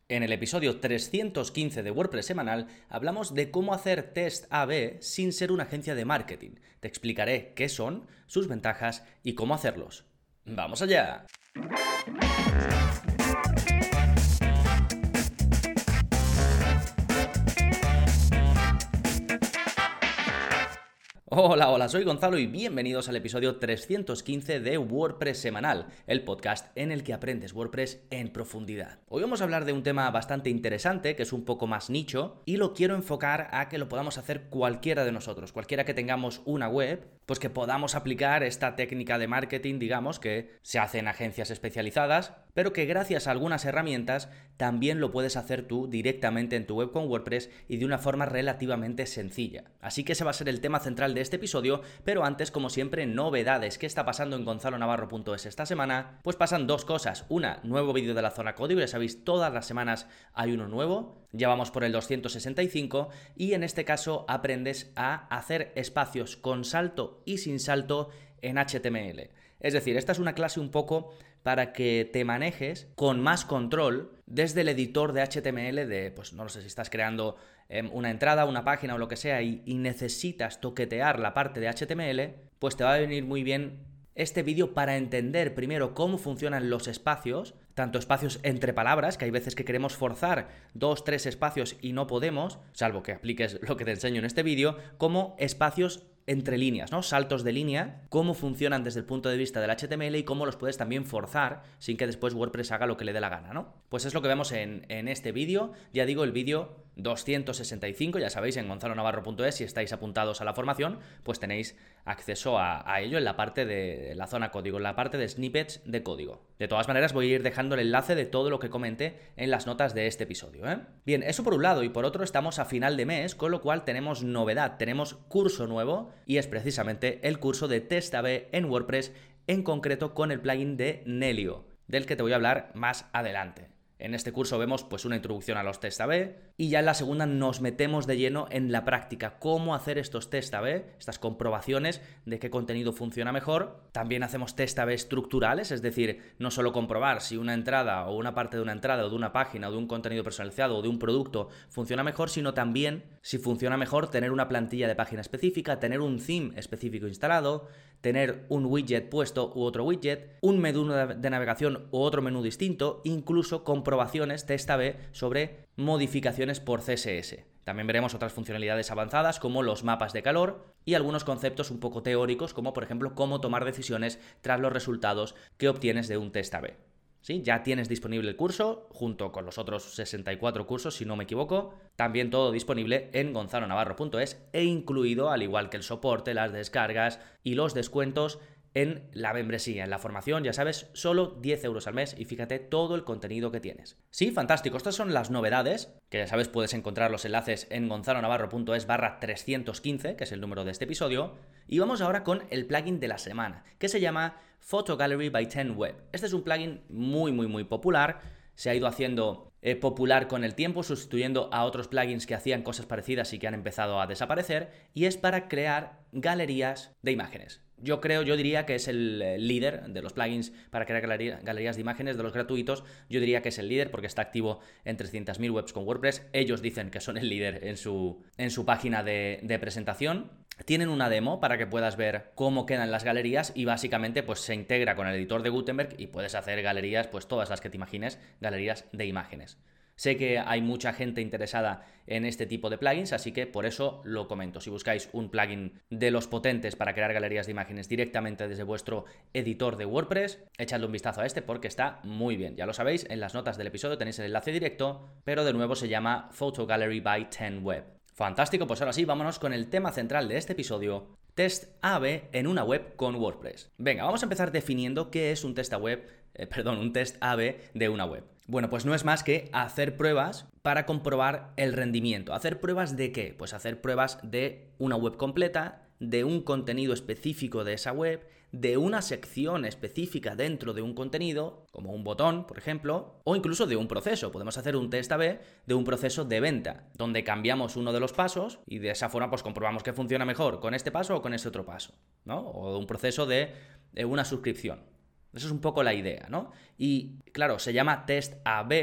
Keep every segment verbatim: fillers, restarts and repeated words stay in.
En el episodio trescientos quince de WordPress semanal hablamos de cómo hacer test A B sin ser una agencia de marketing. Te explicaré qué son, sus ventajas y cómo hacerlos. ¡Vamos allá! Hola, hola, soy Gonzalo y bienvenidos al episodio trescientos quince de WordPress semanal, el podcast en el que aprendes WordPress en profundidad. Hoy vamos a hablar de un tema bastante interesante, que es un poco más nicho, y lo quiero enfocar a que lo podamos hacer cualquiera de nosotros, cualquiera que tengamos una web, pues que podamos aplicar esta técnica de marketing, digamos, que se hace en agencias especializadas, pero que gracias a algunas herramientas también lo puedes hacer tú directamente en tu web con WordPress y de una forma relativamente sencilla. Así que ese va a ser el tema central de este episodio, pero antes, como siempre, novedades. ¿Qué está pasando en gonzalo navarro punto es esta semana? Pues pasan dos cosas. Una, nuevo vídeo de la zona código, ya sabéis, todas las semanas hay uno nuevo. Ya vamos por el doscientos sesenta y cinco y en este caso aprendes a hacer espacios con salto y sin salto en H T M L. Es decir, esta es una clase un poco para que te manejes con más control desde el editor de H T M L de, pues no lo sé, si estás creando eh, una entrada, una página o lo que sea y, y necesitas toquetear la parte de H T M L, pues te va a venir muy bien este vídeo para entender primero cómo funcionan los espacios, tanto espacios entre palabras, que hay veces que queremos forzar dos, tres espacios y no podemos, salvo que apliques lo que te enseño en este vídeo, como espacios entre líneas, ¿no? Saltos de línea, cómo funcionan desde el punto de vista del H T M L y cómo los puedes también forzar sin que después WordPress haga lo que le dé la gana, ¿no? Pues es lo que vemos en, en este vídeo, ya digo, el vídeo doscientos sesenta y cinco, ya sabéis, en gonzalo navarro punto es, si estáis apuntados a la formación, pues tenéis acceso a, a ello en la parte de la zona código, en la parte de snippets de código. De todas maneras, voy a ir dejando el enlace de todo lo que comenté en las notas de este episodio, ¿eh? Bien, eso por un lado, y por otro estamos a final de mes, con lo cual tenemos novedad, tenemos curso nuevo, y es precisamente el curso de Test A B en WordPress, en concreto con el plugin de Nelio, del que te voy a hablar más adelante. En este curso vemos pues una introducción a los test A B y ya en la segunda nos metemos de lleno en la práctica, cómo hacer estos test A B, estas comprobaciones de qué contenido funciona mejor. También hacemos test A B estructurales, es decir, no solo comprobar si una entrada o una parte de una entrada o de una página o de un contenido personalizado o de un producto funciona mejor, sino también si funciona mejor tener una plantilla de página específica, tener un theme específico instalado, tener un widget puesto u otro widget, un menú de navegación u otro menú distinto, incluso comprobaciones test A B sobre modificaciones por C S S. También veremos otras funcionalidades avanzadas como los mapas de calor y algunos conceptos un poco teóricos como por ejemplo cómo tomar decisiones tras los resultados que obtienes de un test A B. ¿Sí? Ya tienes disponible el curso, junto con los otros sesenta y cuatro cursos, si no me equivoco. También todo disponible en gonzalo navarro punto es e incluido, al igual que el soporte, las descargas y los descuentos en la membresía, en la formación, ya sabes, solo diez euros al mes y fíjate todo el contenido que tienes. Sí, fantástico, estas son las novedades, que ya sabes puedes encontrar los enlaces en gonzalo navarro punto es barra trescientos quince, que es el número de este episodio, y vamos ahora con el plugin de la semana, que se llama Photo Gallery by ten web. Este es un plugin muy, muy, muy popular, se ha ido haciendo eh, popular con el tiempo, sustituyendo a otros plugins que hacían cosas parecidas y que han empezado a desaparecer, y es para crear galerías de imágenes. Yo creo, yo diría que es el líder de los plugins para crear galería, galerías de imágenes, de los gratuitos. Yo diría que es el líder porque está activo en trescientas mil webs con WordPress. Ellos dicen que son el líder en su, en su página de, de presentación. Tienen una demo para que puedas ver cómo quedan las galerías y básicamente pues se integra con el editor de Gutenberg y puedes hacer galerías, pues todas las que te imagines, galerías de imágenes. Sé que hay mucha gente interesada en este tipo de plugins, así que por eso lo comento. Si buscáis un plugin de los potentes para crear galerías de imágenes directamente desde vuestro editor de WordPress, echadle un vistazo a este porque está muy bien. Ya lo sabéis, en las notas del episodio tenéis el enlace directo, pero de nuevo se llama Photo Gallery by ten web. Fantástico, pues ahora sí, vámonos con el tema central de este episodio, test A B en una web con WordPress. Venga, vamos a empezar definiendo qué es un test A web, eh, perdón, un test A B de una web. Bueno, pues no es más que hacer pruebas para comprobar el rendimiento. ¿Hacer pruebas de qué? Pues hacer pruebas de una web completa, de un contenido específico de esa web, de una sección específica dentro de un contenido, como un botón, por ejemplo, o incluso de un proceso. Podemos hacer un test A B de un proceso de venta, donde cambiamos uno de los pasos y de esa forma pues comprobamos que funciona mejor con este paso o con este otro paso, ¿no? O un proceso de, de una suscripción. Eso es un poco la idea, ¿no? Y claro, se llama test A B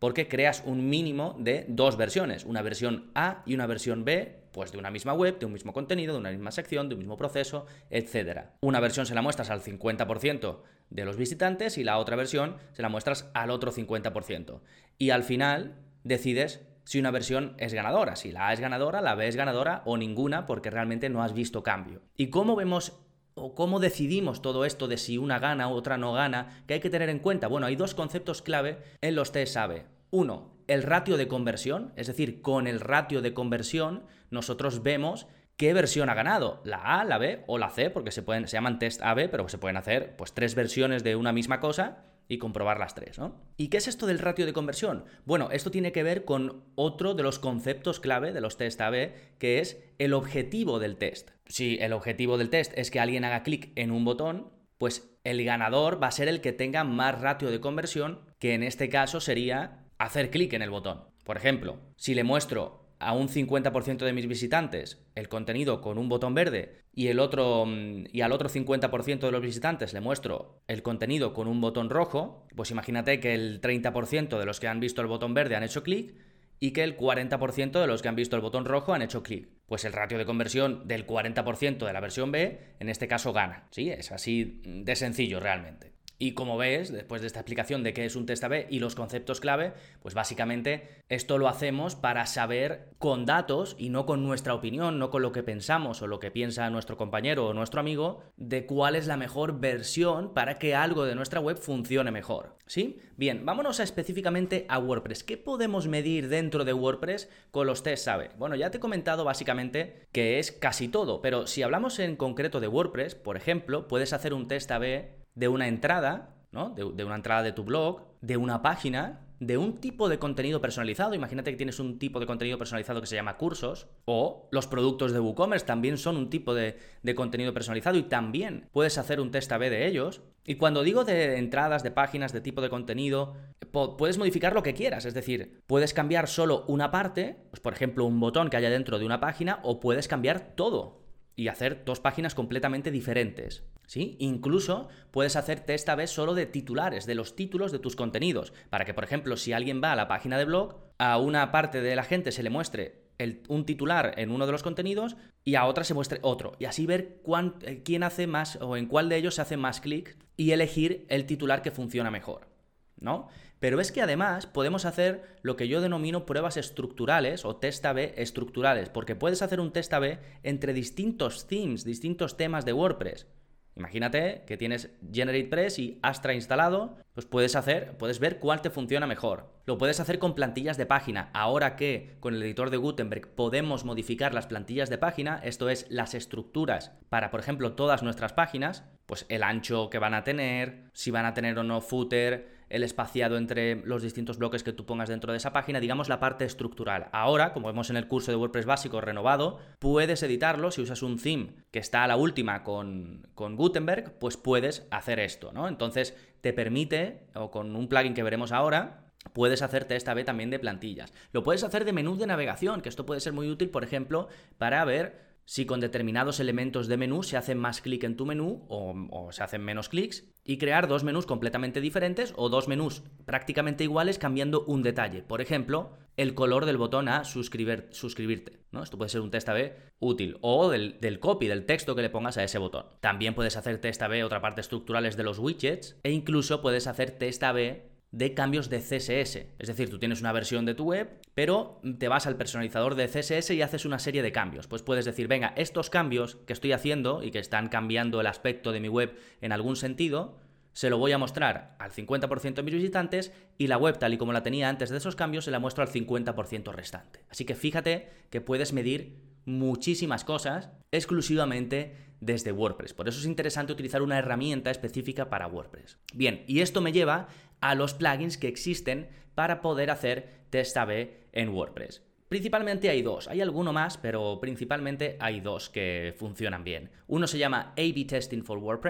porque creas un mínimo de dos versiones, una versión A y una versión B, pues de una misma web, de un mismo contenido, de una misma sección, de un mismo proceso, etcétera. Una versión se la muestras al cincuenta por ciento de los visitantes y la otra versión se la muestras al otro cincuenta por ciento. Y al final decides si una versión es ganadora, si la A es ganadora, la B es ganadora o ninguna, porque realmente no has visto cambio. ¿Y cómo vemos o cómo decidimos todo esto de si una gana u otra no gana? ¿Qué hay que tener en cuenta? Bueno, hay dos conceptos clave en los test A B. Uno, el ratio de conversión, es decir, con el ratio de conversión nosotros vemos qué versión ha ganado, la A, la B o la C, porque se pueden, se llaman test A B, pero se pueden hacer pues tres versiones de una misma cosa y comprobar las tres, ¿no? ¿Y qué es esto del ratio de conversión? Bueno, esto tiene que ver con otro de los conceptos clave de los test A B, que es el objetivo del test. Si el objetivo del test es que alguien haga clic en un botón, pues el ganador va a ser el que tenga más ratio de conversión, que en este caso sería hacer clic en el botón. Por ejemplo, si le muestro a un cincuenta por ciento de mis visitantes el contenido con un botón verde y, el otro, y al otro cincuenta por ciento de los visitantes le muestro el contenido con un botón rojo, pues imagínate que el treinta por ciento de los que han visto el botón verde han hecho clic y que el cuarenta por ciento de los que han visto el botón rojo han hecho clic. Pues el ratio de conversión del cuarenta por ciento de la versión B, en este caso, gana. Sí, es así de sencillo realmente. Y como ves, después de esta explicación de qué es un test A B y los conceptos clave, pues básicamente esto lo hacemos para saber con datos y no con nuestra opinión, no con lo que pensamos o lo que piensa nuestro compañero o nuestro amigo, de cuál es la mejor versión para que algo de nuestra web funcione mejor. ¿Sí? Bien, vámonos a específicamente a WordPress. ¿Qué podemos medir dentro de WordPress con los test A B? Bueno, ya te he comentado básicamente que es casi todo, pero si hablamos en concreto de WordPress, por ejemplo, puedes hacer un test A B de una entrada, ¿no? De, de una entrada de tu blog, de una página, de un tipo de contenido personalizado. Imagínate que tienes un tipo de contenido personalizado que se llama cursos, o los productos de WooCommerce también son un tipo de, de contenido personalizado y también puedes hacer un test A B de ellos. Y cuando digo de entradas, de páginas, de tipo de contenido, puedes modificar lo que quieras, es decir, puedes cambiar solo una parte, pues por ejemplo un botón que haya dentro de una página, o puedes cambiar todo y hacer dos páginas completamente diferentes. ¿Sí? Incluso puedes hacer test A B solo de titulares, de los títulos de tus contenidos, para que, por ejemplo, si alguien va a la página de blog, a una parte de la gente se le muestre el, un titular en uno de los contenidos y a otra se muestre otro, y así ver cuán, quién hace más o en cuál de ellos se hace más clic y elegir el titular que funciona mejor, ¿no? Pero es que además podemos hacer lo que yo denomino pruebas estructurales o test A B estructurales, porque puedes hacer un test A B entre distintos themes, distintos temas de WordPress. Imagínate que tienes GeneratePress y Astra instalado, pues puedes hacer, puedes ver cuál te funciona mejor. Lo puedes hacer con plantillas de página. Ahora que con el editor de Gutenberg podemos modificar las plantillas de página, esto es, las estructuras para, por ejemplo, todas nuestras páginas, pues el ancho que van a tener, si van a tener o no footer, el espaciado entre los distintos bloques que tú pongas dentro de esa página, digamos la parte estructural. Ahora, como vemos en el curso de WordPress básico renovado, puedes editarlo. Si usas un theme que está a la última con, con Gutenberg, pues puedes hacer esto, ¿no? Entonces te permite, o con un plugin que veremos ahora, puedes hacer test A B también de plantillas. Lo puedes hacer de menú de navegación, que esto puede ser muy útil, por ejemplo, para ver si con determinados elementos de menú se hacen más clic en tu menú o, o se hacen menos clics, y crear dos menús completamente diferentes o dos menús prácticamente iguales cambiando un detalle. Por ejemplo, el color del botón a suscribir, suscribirte, ¿no? Esto puede ser un test A B útil. O del, del copy, del texto que le pongas a ese botón. También puedes hacer test A B, otra parte estructural es de los widgets, e incluso puedes hacer test A B de cambios de C S S. Es decir, tú tienes una versión de tu web, pero te vas al personalizador de C S S y haces una serie de cambios. Pues puedes decir, venga, estos cambios que estoy haciendo y que están cambiando el aspecto de mi web en algún sentido, se lo voy a mostrar al cincuenta por ciento de mis visitantes, y la web tal y como la tenía antes de esos cambios se la muestro al cincuenta por ciento restante. Así que fíjate que puedes medir muchísimas cosas exclusivamente desde WordPress. Por eso es interesante utilizar una herramienta específica para WordPress. Bien, y esto me lleva a los plugins que existen para poder hacer test A B en WordPress. Principalmente hay dos, hay alguno más, pero principalmente hay dos que funcionan bien. Uno se llama A B Testing for WordPress,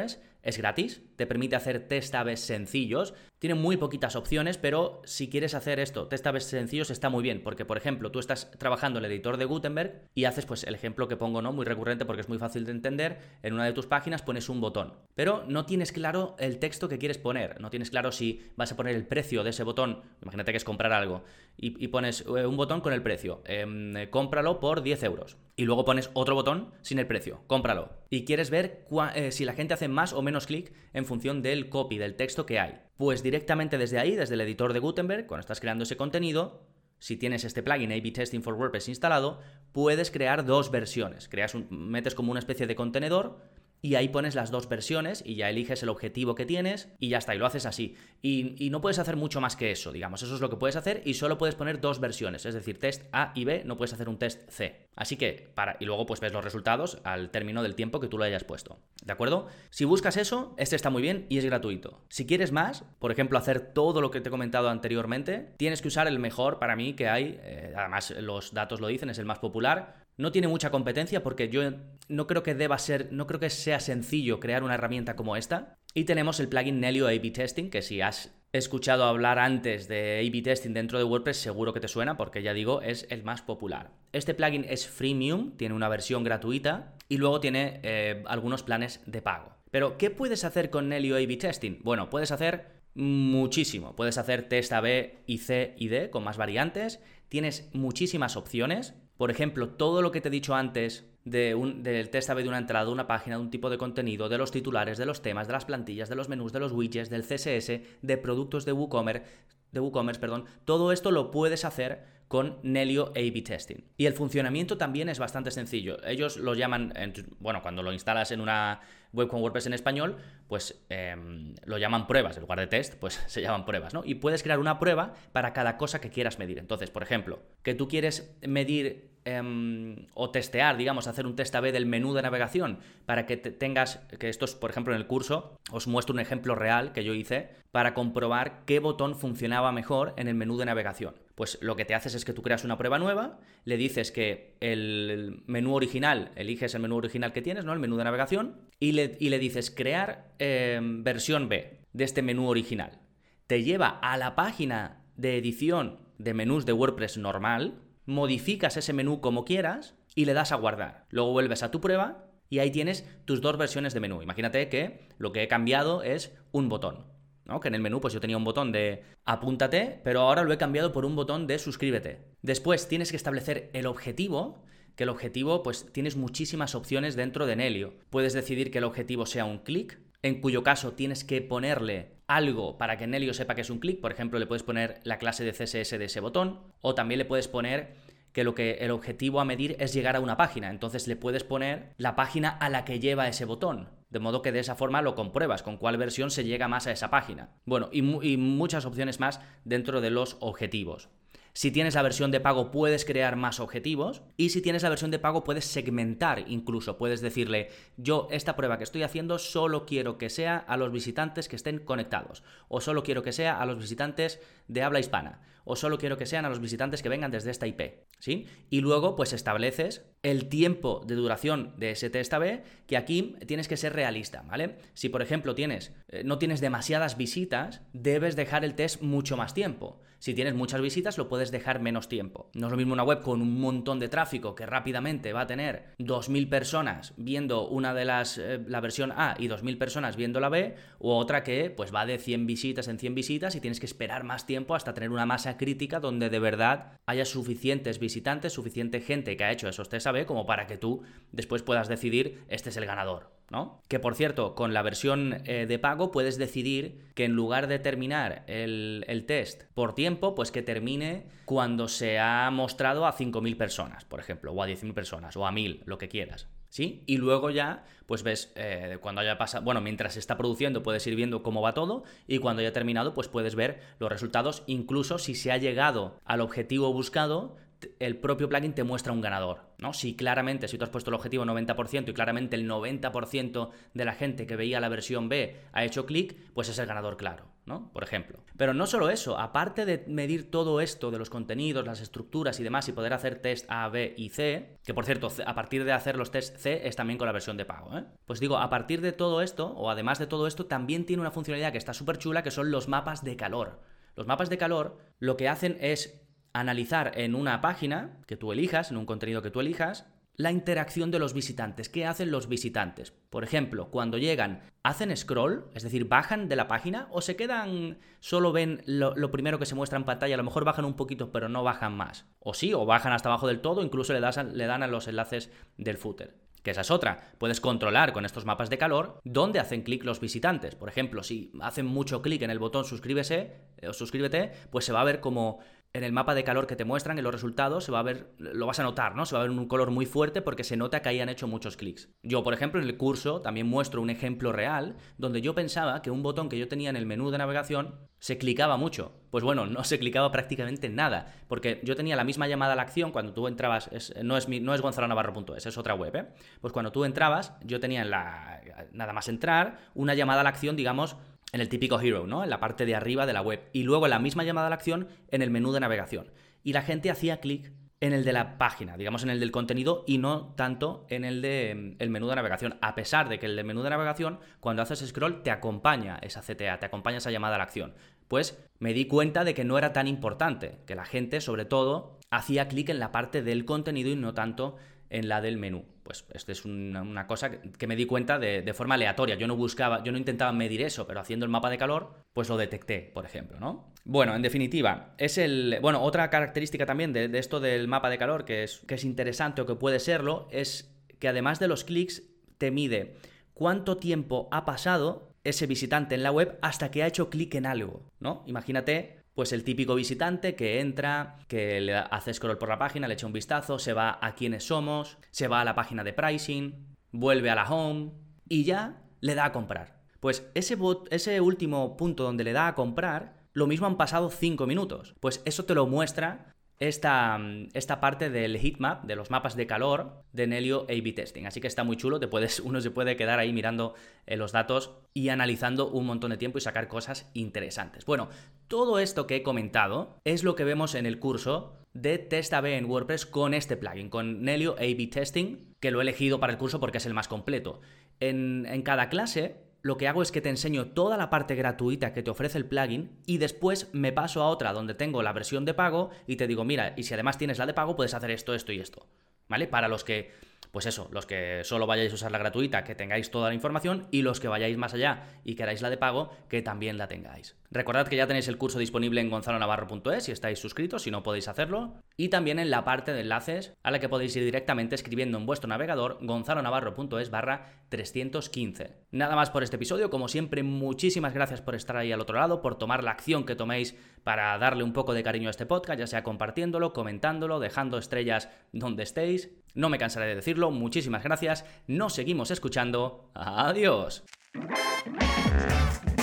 es gratis, te permite hacer test A/B sencillos, tiene muy poquitas opciones, pero si quieres hacer esto, test A/B sencillos, está muy bien, porque por ejemplo, tú estás trabajando en el editor de Gutenberg y haces pues el ejemplo que pongo, ¿no? Muy recurrente porque es muy fácil de entender, en una de tus páginas pones un botón, pero no tienes claro el texto que quieres poner, no tienes claro si vas a poner el precio de ese botón, imagínate que es comprar algo, y, y pones un botón con el precio, eh, cómpralo por diez euros, y luego pones otro botón sin el precio, cómpralo, y quieres ver eh, si la gente hace más o menos clic en función del copy, del texto que hay. Pues directamente desde ahí, desde el editor de Gutenberg, cuando estás creando ese contenido, si tienes este plugin A B Testing for WordPress instalado, puedes crear dos versiones. Creas un, metes como una especie de contenedor y ahí pones las dos versiones y ya eliges el objetivo que tienes y ya está, y lo haces así. Y, y no puedes hacer mucho más que eso, digamos, eso es lo que puedes hacer y solo puedes poner dos versiones, es decir, test A y B, no puedes hacer un test C. Así que, para, y luego pues ves los resultados al término del tiempo que tú lo hayas puesto, ¿de acuerdo? Si buscas eso, este está muy bien y es gratuito. Si quieres más, por ejemplo, hacer todo lo que te he comentado anteriormente, tienes que usar el mejor para mí que hay, eh, además los datos lo dicen, es el más popular. No tiene mucha competencia porque yo no creo que deba ser, no creo que sea sencillo crear una herramienta como esta. Y tenemos el plugin Nelio A B Testing, que si has escuchado hablar antes de A B Testing dentro de WordPress, seguro que te suena porque ya digo, es el más popular. Este plugin es freemium, tiene una versión gratuita y luego tiene eh, algunos planes de pago. Pero, ¿qué puedes hacer con Nelio A B Testing? Bueno, puedes hacer muchísimo. Puedes hacer test A B y C y D con más variantes. Tienes muchísimas opciones. Por ejemplo, todo lo que te he dicho antes de un, del test A B de una entrada, de una página, de un tipo de contenido, de los titulares, de los temas, de las plantillas, de los menús, de los widgets, del C S S, de productos de WooCommerce, de WooCommerce, perdón, todo esto lo puedes hacer con Nelio A B Testing. Y el funcionamiento también es bastante sencillo. Ellos lo llaman, bueno, cuando lo instalas en una web con WordPress en español, pues eh, lo llaman pruebas. En lugar de test, pues se llaman pruebas, ¿no? Y puedes crear una prueba para cada cosa que quieras medir. Entonces, por ejemplo, que tú quieres medir eh, o testear, digamos, hacer un test A B del menú de navegación para que te tengas, que esto es, por ejemplo, en el curso, os muestro un ejemplo real que yo hice para comprobar qué botón funcionaba mejor en el menú de navegación. Pues lo que te haces es que tú creas una prueba nueva, le dices que el menú original, eliges el menú original que tienes, ¿no? El menú de navegación, y le, y le dices crear eh, versión B de este menú original. Te lleva a la página de edición de menús de WordPress normal, modificas ese menú como quieras y le das a guardar. Luego vuelves a tu prueba y ahí tienes tus dos versiones de menú. Imagínate que lo que he cambiado es un botón, ¿no? Que en el menú pues yo tenía un botón de apúntate, pero ahora lo he cambiado por un botón de suscríbete. Después tienes que establecer el objetivo, que el objetivo pues tienes muchísimas opciones dentro de Nelio. Puedes decidir que el objetivo sea un clic, en cuyo caso tienes que ponerle algo para que Nelio sepa que es un clic. Por ejemplo, le puedes poner la clase de C S S de ese botón, o también le puedes poner que lo que el objetivo a medir es llegar a una página. Entonces le puedes poner la página a la que lleva ese botón. De modo que de esa forma lo compruebas, con cuál versión se llega más a esa página. Bueno, y, mu- y muchas opciones más dentro de los objetivos. Si tienes la versión de pago puedes crear más objetivos y si tienes la versión de pago puedes segmentar incluso. Puedes decirle, yo esta prueba que estoy haciendo solo quiero que sea a los visitantes que estén conectados o solo quiero que sea a los visitantes de habla hispana o solo quiero que sean a los visitantes que vengan desde esta I P, ¿sí? Y luego pues estableces el tiempo de duración de ese test A B, que aquí tienes que ser realista, ¿vale? Si por ejemplo tienes, eh, no tienes demasiadas visitas, debes dejar el test mucho más tiempo. Si tienes muchas visitas, lo puedes dejar menos tiempo. No es lo mismo una web con un montón de tráfico que rápidamente va a tener dos mil personas viendo una de las, eh, la versión A y dos mil personas viendo la B, u otra que pues va de cien visitas en cien visitas y tienes que esperar más tiempo hasta tener una masa crítica donde de verdad haya suficientes visitantes, suficiente gente que ha hecho esos test A B como para que tú después puedas decidir este es el ganador, ¿no? Que por cierto, con la versión eh, de pago puedes decidir que en lugar de terminar el, el test por tiempo, pues que termine cuando se ha mostrado a cinco mil personas, por ejemplo, o a diez mil personas, o a mil, lo que quieras, ¿sí? Y luego ya, pues ves, eh, cuando haya pasado, bueno, mientras se está produciendo puedes ir viendo cómo va todo y cuando haya terminado, pues puedes ver los resultados, incluso si se ha llegado al objetivo buscado, el propio plugin te muestra un ganador, ¿no? Si claramente, si tú has puesto el objetivo noventa por ciento y claramente el noventa por ciento de la gente que veía la versión B ha hecho clic, pues es el ganador claro, ¿no? Por ejemplo. Pero no solo eso, aparte de medir todo esto de los contenidos, las estructuras y demás y poder hacer test A, B y C, que por cierto, a partir de hacer los test C es también con la versión de pago, ¿eh? Pues digo, a partir de todo esto, o además de todo esto, también tiene una funcionalidad que está súper chula, que son los mapas de calor. Los mapas de calor lo que hacen es analizar en una página que tú elijas, en un contenido que tú elijas, la interacción de los visitantes. ¿Qué hacen los visitantes? Por ejemplo, cuando llegan, ¿hacen scroll? Es decir, ¿bajan de la página? ¿O se quedan, solo ven lo, lo primero que se muestra en pantalla? A lo mejor bajan un poquito, pero no bajan más. O sí, o bajan hasta abajo del todo, incluso le, das a, le dan a los enlaces del footer. Que esa es otra. Puedes controlar con estos mapas de calor dónde hacen clic los visitantes. Por ejemplo, si hacen mucho clic en el botón suscríbese o suscríbete, pues se va a ver como en el mapa de calor que te muestran, en los resultados, se va a ver, lo vas a notar, ¿no? Se va a ver un color muy fuerte porque se nota que hayan hecho muchos clics. Yo, por ejemplo, en el curso también muestro un ejemplo real donde yo pensaba que un botón que yo tenía en el menú de navegación se clicaba mucho. Pues bueno, no se clicaba prácticamente nada, porque yo tenía la misma llamada a la acción cuando tú entrabas, es, no es, no es gonzalo navarro punto es, es otra web, ¿eh? Pues cuando tú entrabas, yo tenía en la, nada más entrar, una llamada a la acción, digamos, en el típico hero, ¿no? En la parte de arriba de la web. Y luego la misma llamada a la acción en el menú de navegación. Y la gente hacía clic en el de la página, digamos en el del contenido y no tanto en el de el menú de navegación. A pesar de que el de menú de navegación, cuando haces scroll, te acompaña esa C T A, te acompaña esa llamada a la acción. Pues me di cuenta de que no era tan importante, que la gente, sobre todo, hacía clic en la parte del contenido y no tanto en la del menú. Pues esto es una, una cosa que, que me di cuenta de, de forma aleatoria. Yo no buscaba, yo no intentaba medir eso, pero haciendo el mapa de calor, pues lo detecté, por ejemplo, ¿no? Bueno, en definitiva, es el... Bueno, otra característica también de, de esto del mapa de calor que es, que es interesante o que puede serlo, es que además de los clics, te mide cuánto tiempo ha pasado ese visitante en la web hasta que ha hecho clic en algo, ¿no? Imagínate... Pues el típico visitante que entra, que le hace scroll por la página, le echa un vistazo, se va a quiénes somos, se va a la página de pricing, vuelve a la home y ya le da a comprar. Pues ese, bot, ese último punto donde le da a comprar, lo mismo han pasado cinco minutos. Pues eso te lo muestra esta, esta parte del heatmap, de los mapas de calor de Nelio A B Testing. Así que está muy chulo, te puedes, uno se puede quedar ahí mirando eh, los datos y analizando un montón de tiempo y sacar cosas interesantes. Bueno, todo esto que he comentado es lo que vemos en el curso de Test A B en WordPress con este plugin, con Nelio A B Testing, que lo he elegido para el curso porque es el más completo. En, en cada clase lo que hago es que te enseño toda la parte gratuita que te ofrece el plugin y después me paso a otra donde tengo la versión de pago y te digo, mira, y si además tienes la de pago puedes hacer esto, esto y esto, ¿vale? Para los que, pues eso, los que solo vayáis a usar la gratuita, que tengáis toda la información, y los que vayáis más allá y queráis la de pago, que también la tengáis. Recordad que ya tenéis el curso disponible en gonzalo navarro punto es si estáis suscritos, si no podéis hacerlo, y también en la parte de enlaces a la que podéis ir directamente escribiendo en vuestro navegador gonzalo navarro punto es barra trescientos quince. Nada más por este episodio, como siempre, muchísimas gracias por estar ahí al otro lado, por tomar la acción que toméis para darle un poco de cariño a este podcast, ya sea compartiéndolo, comentándolo, dejando estrellas donde estéis. No me cansaré de decirlo, muchísimas gracias, nos seguimos escuchando, adiós.